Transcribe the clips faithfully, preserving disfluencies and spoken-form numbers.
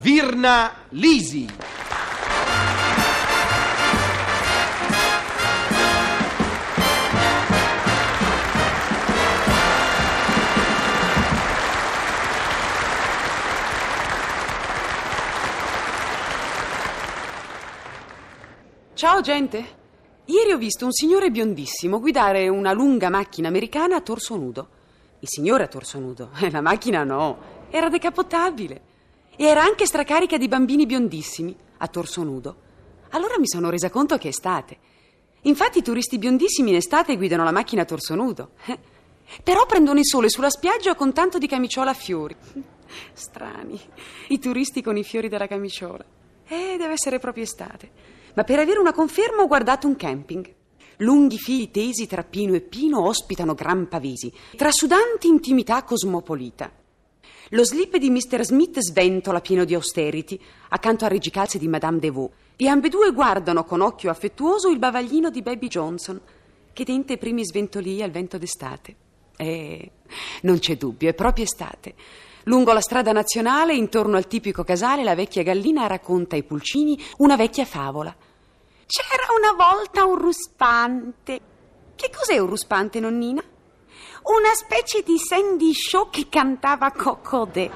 Virna Lisi. Ciao gente, ieri ho visto un signore biondissimo guidare una lunga macchina americana a torso nudo. Il signore a torso nudo, e la macchina no, era decappottabile. E era anche stracarica di bambini biondissimi a torso nudo. Allora mi sono resa conto che è estate. Infatti i turisti biondissimi in estate guidano la macchina a torso nudo. Eh? Però prendono il sole sulla spiaggia con tanto di camiciola a fiori. Strani, i turisti con i fiori della camiciola. Eh, deve essere proprio estate. Ma per avere una conferma ho guardato un camping. Lunghi fili tesi tra pino e pino ospitano gran pavesi, trasudanti intimità cosmopolita. Lo slip di mister Smith sventola pieno di austerity, accanto al reggicalze di Madame Deveau, e ambedue guardano con occhio affettuoso il bavaglino di Baby Johnson, che tenta i primi sventolii al vento d'estate. Eh, non c'è dubbio, è proprio estate. Lungo la strada nazionale, intorno al tipico casale, la vecchia gallina racconta ai pulcini una vecchia favola. C'era una volta un ruspante. Che cos'è un ruspante, nonnina? Una specie di Sandy Shaw che cantava Cocodè.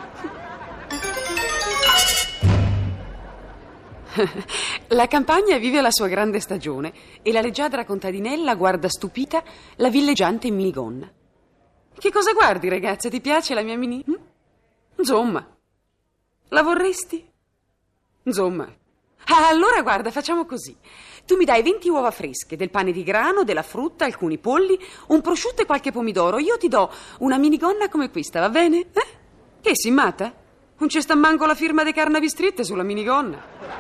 La campagna vive la sua grande stagione e la leggiadra contadinella guarda stupita la villeggiante in minigonna. Che cosa guardi, ragazza? Ti piace la mia mini? Hm? Insomma, la vorresti? Insomma. Ah, allora guarda, facciamo così. Tu mi dai venti uova fresche, del pane di grano, della frutta, alcuni polli, un prosciutto e qualche pomidoro. Io ti do una minigonna come questa, va bene? Eh? Che, si mata? Non c'è sta manco la firma dei Carnaby Street sulla minigonna.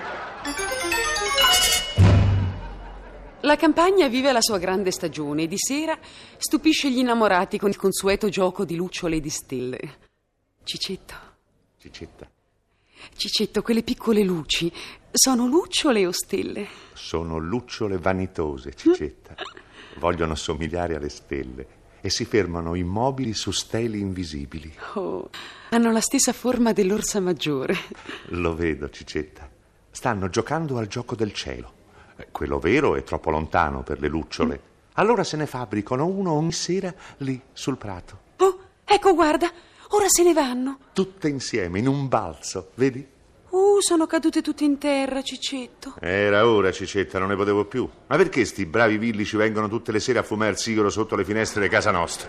La campagna vive la sua grande stagione e di sera stupisce gli innamorati con il consueto gioco di lucciole e di stelle. Cicetto. Cicetta. Cicetto, quelle piccole luci sono lucciole o stelle? Sono lucciole vanitose, Cicetta. Vogliono somigliare alle stelle e si fermano immobili su steli invisibili. Oh, hanno la stessa forma dell'orsa maggiore. Lo vedo, Cicetta. Stanno giocando al gioco del cielo. Quello vero è troppo lontano per le lucciole. Allora se ne fabbricano uno ogni sera lì sul prato. Oh, ecco, guarda, ora se ne vanno. Tutte insieme, in un balzo, vedi? Uh, sono cadute tutte in terra, Cicetto. Era ora, Cicetta, non ne potevo più. Ma perché sti bravi villici vengono tutte le sere a fumare il sigaro sotto le finestre di casa nostra?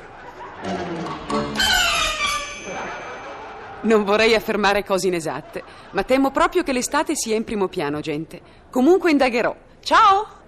Non vorrei affermare cose inesatte, ma temo proprio che l'estate sia in primo piano, gente. Comunque indagherò. Ciao!